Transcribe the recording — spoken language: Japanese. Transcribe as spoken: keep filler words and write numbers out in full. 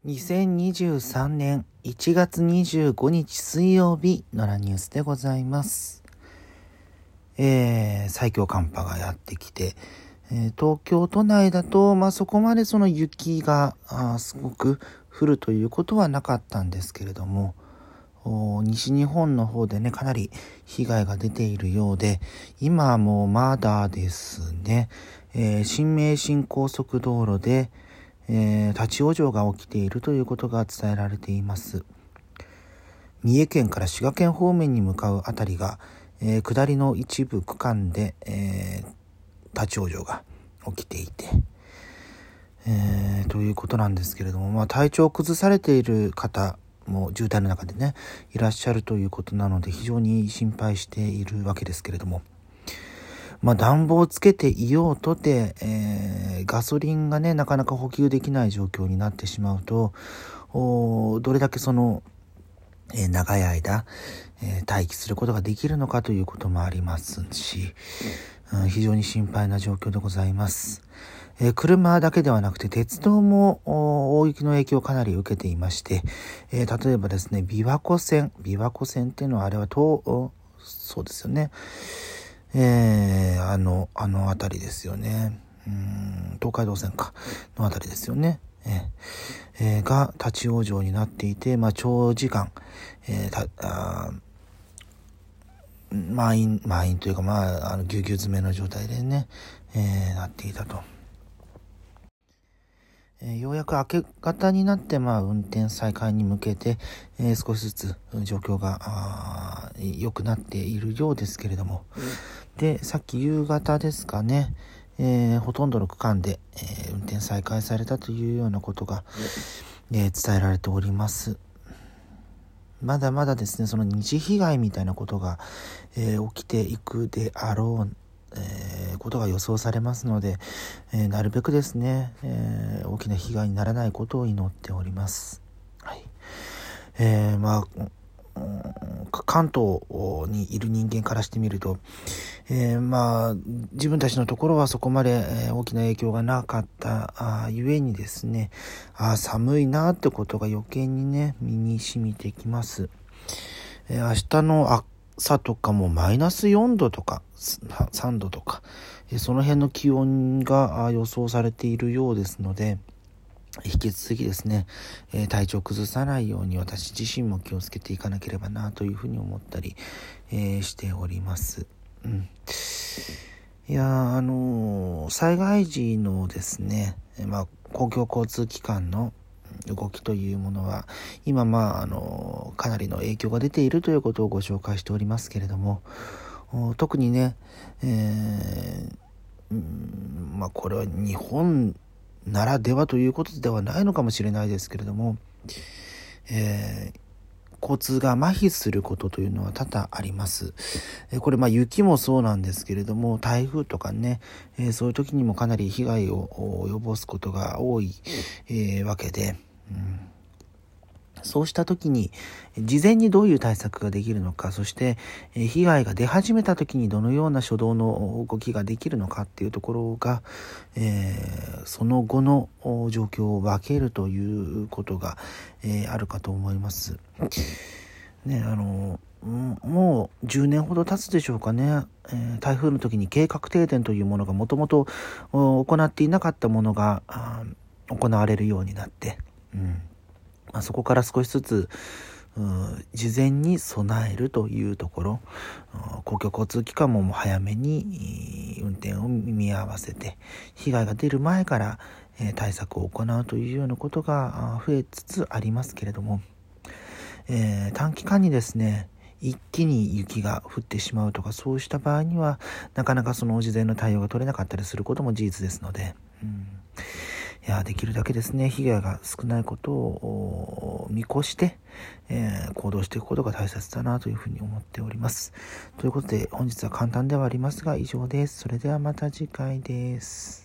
にせんにじゅうさんねんいちがつにじゅうごにち水曜日のらニュースでございます。えー、最強寒波がやってきて、えー、東京都内だと、まあ、そこまでその雪があすごく降るということはなかったんですけれども、西日本の方でねかなり被害が出ているようで、今もまだですね、えー、新名神高速道路でえー、立ち往生が起きているということが伝えられています。三重県から滋賀県方面に向かうあたりが、えー、下りの一部区間で、えー、立ち往生が起きていて、えー、ということなんですけれども、まあ、体調を崩されている方も渋滞の中でねいらっしゃるということなので、非常に心配しているわけですけれども、まあ、暖房をつけていようとて、えー、ガソリンがねなかなか補給できない状況になってしまうと、どれだけその、えー、長い間、えー、待機することができるのかということもありますし、うん、非常に心配な状況でございます。えー、車だけではなくて鉄道も大雪の影響をかなり受けていまして、えー、例えばですね琵琶湖線琵琶湖線っていうのはあれは東そうですよね、えー、あのあの辺りですよね。うーん東海道線かの辺りですよね。えーえー、が立ち往生になっていて、まあ、長時間、えー、たあ満員満員というか、まあ、あのぎゅうぎゅう詰めの状態でね、えー、なっていたと。えー、ようやく明け方になって、まあ、運転再開に向けて、えー、少しずつ状況が良くなっているようですけれども、でさっき夕方ですかね、えー、ほとんどの区間で、えー、運転再開されたというようなことが、えー、伝えられております。まだまだですねその二次被害みたいなことが、えー、起きていくであろう、えー、ことが予想されますので、えー、なるべくですね、えー、大きな被害にならないことを祈っております。はい。えー、まあ関東にいる人間からしてみると、えー、まあ自分たちのところはそこまで、えー、大きな影響がなかったあゆえにですね、あ寒いなってことが余計にね身に染みてきます。えー、明日の朝とかもマイナスよんどとかさんどとか、えー、その辺の気温が予想されているようですので、引き続きですね、えー、体調を崩さないように私自身も気をつけていかなければなというふうに思ったり、えー、しております。うん、いやあのー、災害時のですね、まあ、公共交通機関の動きというものは今まああのー、かなりの影響が出ているということをご紹介しておりますけれども、特にね、えーうんまあ、これは日本ならではということではないのかもしれないですけれども、えー、交通が麻痺することというのは多々あります。えー、これまあ雪もそうなんですけれども、台風とかね、えー、そういう時にもかなり被害を及ぼすことが多い、えー、わけで、うんそうした時に事前にどういう対策ができるのか、そして被害が出始めた時にどのような初動の動きができるのかっていうところが、えー、その後の状況を分けるということが、えー、あるかと思います。ね、あのもうじゅうねんほど経つでしょうかね、えー、台風の時に計画停電というものがもともと行っていなかったものが行われるようになって、うんまあ、そこから少しずつ事前に備えるというところ、公共交通機関ももう早めに運転を見合わせて被害が出る前から対策を行うというようなことが増えつつありますけれども、えー、短期間にですね一気に雪が降ってしまうとかそうした場合にはなかなかその事前の対応が取れなかったりすることも事実ですので、うんいやできるだけですね被害が少ないことを見越して、えー、行動していくことが大切だなというふうに思っております。ということで本日は簡単ではありますが以上です。それではまた次回です。